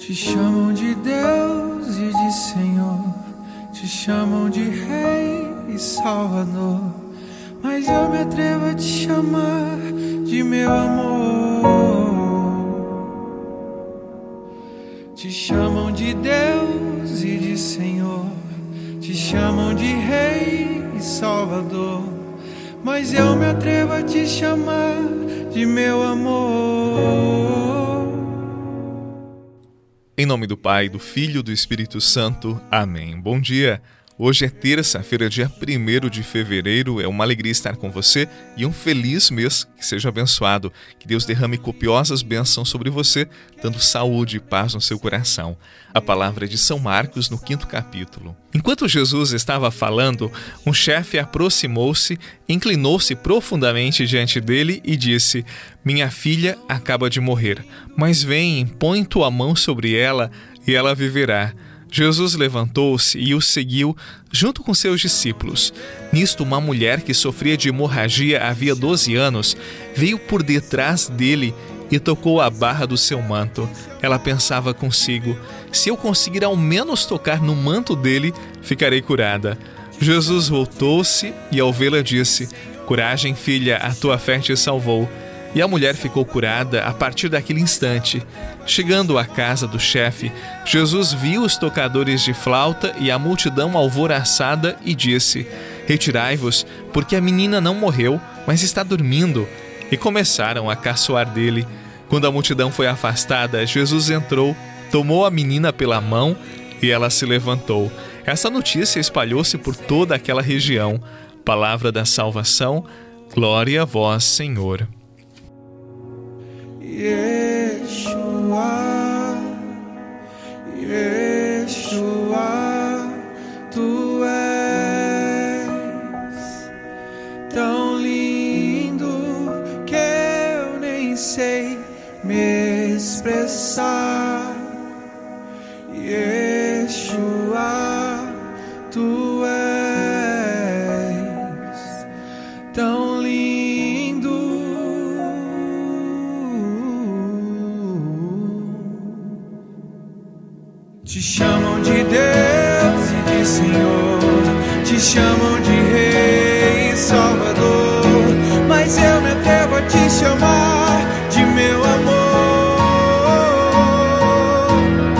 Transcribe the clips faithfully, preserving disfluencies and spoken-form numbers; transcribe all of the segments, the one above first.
Te chamam de Deus e de Senhor, te chamam de Rei e Salvador, mas eu me atrevo a te chamar de meu amor. Te chamam de Deus e de Senhor, te chamam de Rei e Salvador, mas eu me atrevo a te chamar de meu amor. Em nome do Pai, do Filho e do Espírito Santo. Amém. Bom dia. Hoje é terça-feira, dia primeiro de fevereiro. É uma alegria estar com você e um feliz mês. Que seja abençoado. Que Deus derrame copiosas bênçãos sobre você, dando saúde e paz no seu coração. A palavra é de São Marcos, no quinto capítulo. Enquanto Jesus estava falando, um chefe aproximou-se, inclinou-se profundamente diante dele e disse: Minha filha acaba de morrer, mas vem, põe tua mão sobre ela e ela viverá. Jesus levantou-se e o seguiu junto com seus discípulos. Nisto, uma mulher que sofria de hemorragia havia doze anos veio por detrás dele e tocou a barra do seu manto. Ela pensava consigo: se eu conseguir ao menos tocar no manto dele, ficarei curada. Jesus voltou-se e ao vê-la disse: Coragem, filha, a tua fé te salvou. E a mulher ficou curada a partir daquele instante. Chegando à casa do chefe, Jesus viu os tocadores de flauta e a multidão alvoroçada e disse: Retirai-vos, porque a menina não morreu, mas está dormindo. E começaram a caçoar dele. Quando a multidão foi afastada, Jesus entrou, tomou a menina pela mão e ela se levantou. Essa notícia espalhou-se por toda aquela região. Palavra da salvação, glória a vós, Senhor. Yeshua, Yeshua, tu és tão lindo que eu nem sei me expressar. Yeshua, tu és tão lindo. Te chamam de Deus e de Senhor, te chamam de Rei e Salvador, mas eu me atrevo a te chamar de meu amor.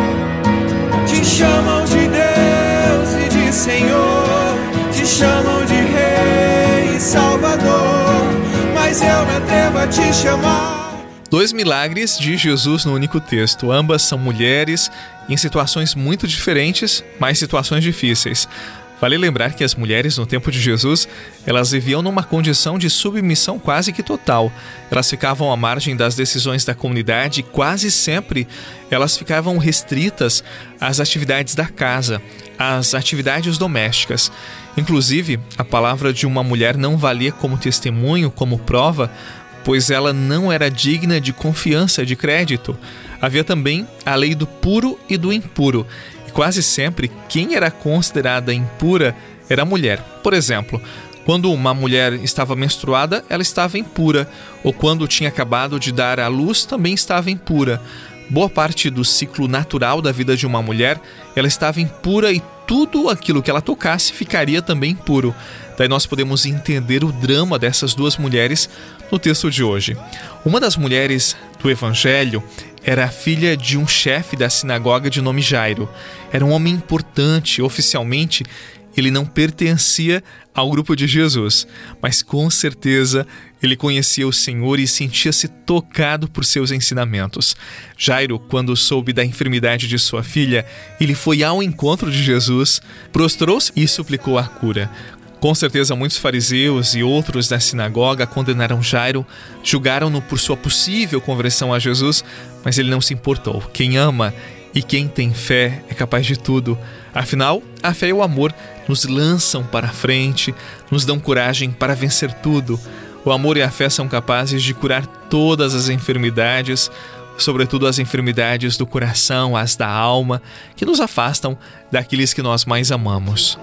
Te chamam de Deus e de Senhor, te chamam de Rei e Salvador, mas eu me atrevo a te chamar. Dois milagres de Jesus no único texto. Ambas são mulheres em situações muito diferentes, mas situações difíceis. Vale lembrar que as mulheres no tempo de Jesus, elas viviam numa condição de submissão quase que total. Elas ficavam à margem das decisões da comunidade e quase sempre elas ficavam restritas às atividades da casa, às atividades domésticas. Inclusive, a palavra de uma mulher não valia como testemunho, como prova, pois ela não era digna de confiança, de crédito. Havia também a lei do puro e do impuro, e quase sempre quem era considerada impura era a mulher. Por exemplo, quando uma mulher estava menstruada, ela estava impura, ou quando tinha acabado de dar à luz, também estava impura. Boa parte do ciclo natural da vida de uma mulher, ela estava impura e tudo aquilo que ela tocasse ficaria também impuro. Daí nós podemos entender o drama dessas duas mulheres no texto de hoje. Uma das mulheres do Evangelho era a filha de um chefe da sinagoga de nome Jairo. Era um homem importante. Oficialmente, ele não pertencia ao grupo de Jesus, mas com certeza ele conhecia o Senhor e sentia-se tocado por seus ensinamentos. Jairo, quando soube da enfermidade de sua filha, ele foi ao encontro de Jesus, prostrou-se e suplicou a cura. Com certeza muitos fariseus e outros da sinagoga condenaram Jairo, julgaram-no por sua possível conversão a Jesus, mas ele não se importou. Quem ama e quem tem fé é capaz de tudo. Afinal, a fé e o amor nos lançam para a frente, nos dão coragem para vencer tudo. O amor e a fé são capazes de curar todas as enfermidades, sobretudo as enfermidades do coração, as da alma, que nos afastam daqueles que nós mais amamos.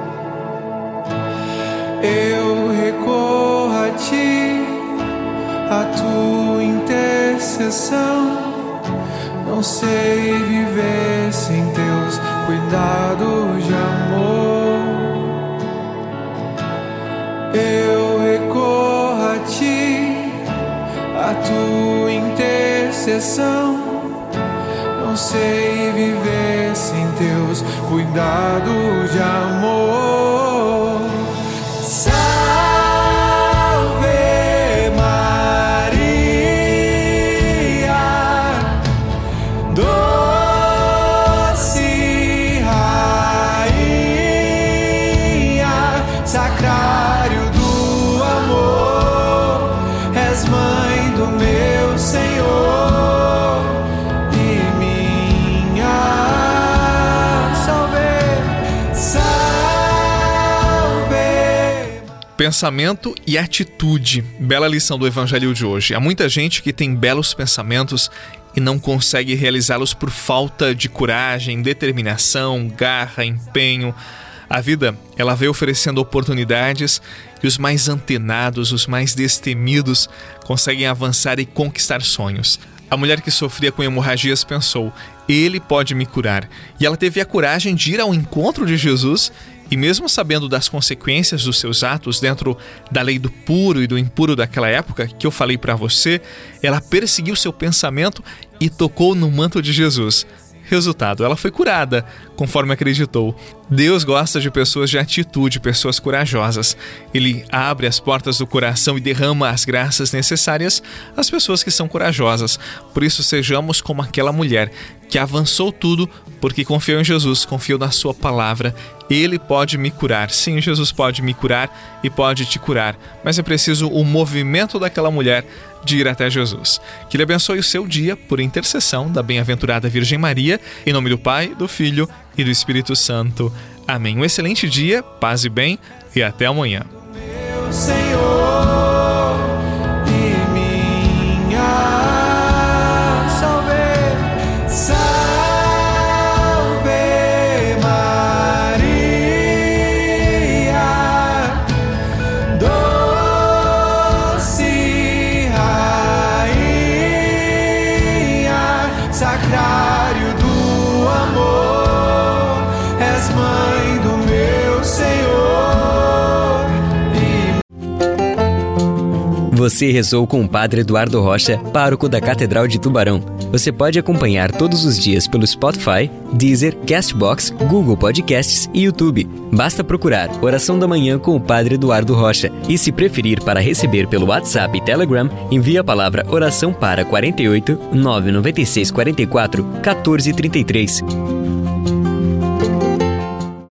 Eu recorro a ti, a tua intercessão não sei viver sem teus cuidados de amor. Eu recorro a ti, a tua intercessão. Não sei viver sem teus cuidados de amor. Salve Maria, doce rainha, sacrário do amor, és mãe do meu Senhor. Pensamento e atitude. Bela lição do Evangelho de hoje. Há muita gente que tem belos pensamentos e não consegue realizá-los por falta de coragem, determinação, garra, empenho. A vida, ela veio oferecendo oportunidades e os mais antenados, os mais destemidos, conseguem avançar e conquistar sonhos. A mulher que sofria com hemorragias pensou: Ele pode me curar. E ela teve a coragem de ir ao encontro de Jesus e, mesmo sabendo das consequências dos seus atos dentro da lei do puro e do impuro daquela época, que eu falei para você, ela perseguiu seu pensamento e tocou no manto de Jesus. Resultado, ela foi curada, conforme acreditou. Deus gosta de pessoas de atitude, pessoas corajosas. Ele abre as portas do coração e derrama as graças necessárias às pessoas que são corajosas. Por isso, sejamos como aquela mulher que avançou tudo porque confiou em Jesus, confiou na sua palavra. Ele pode me curar. Sim, Jesus pode me curar e pode te curar. Mas é preciso o movimento daquela mulher de ir até Jesus. Que Ele abençoe o seu dia por intercessão da bem-aventurada Virgem Maria, em nome do Pai, do Filho e do Espírito Santo. Amém. Um excelente dia, paz e bem, e até amanhã. Meu Senhor e minha salve, salve Maria, doce rainha, sacrário do amor, és mãe do meu Senhor. Você rezou com o Padre Eduardo Rocha, pároco da Catedral de Tubarão. Você pode acompanhar todos os dias pelo Spotify, Deezer, Castbox, Google Podcasts e YouTube. Basta procurar Oração da Manhã com o Padre Eduardo Rocha. E se preferir para receber pelo WhatsApp e Telegram, envie a palavra oração para quarenta e oito, nove nove seis, quarenta e quatro, quatorze, trinta e três.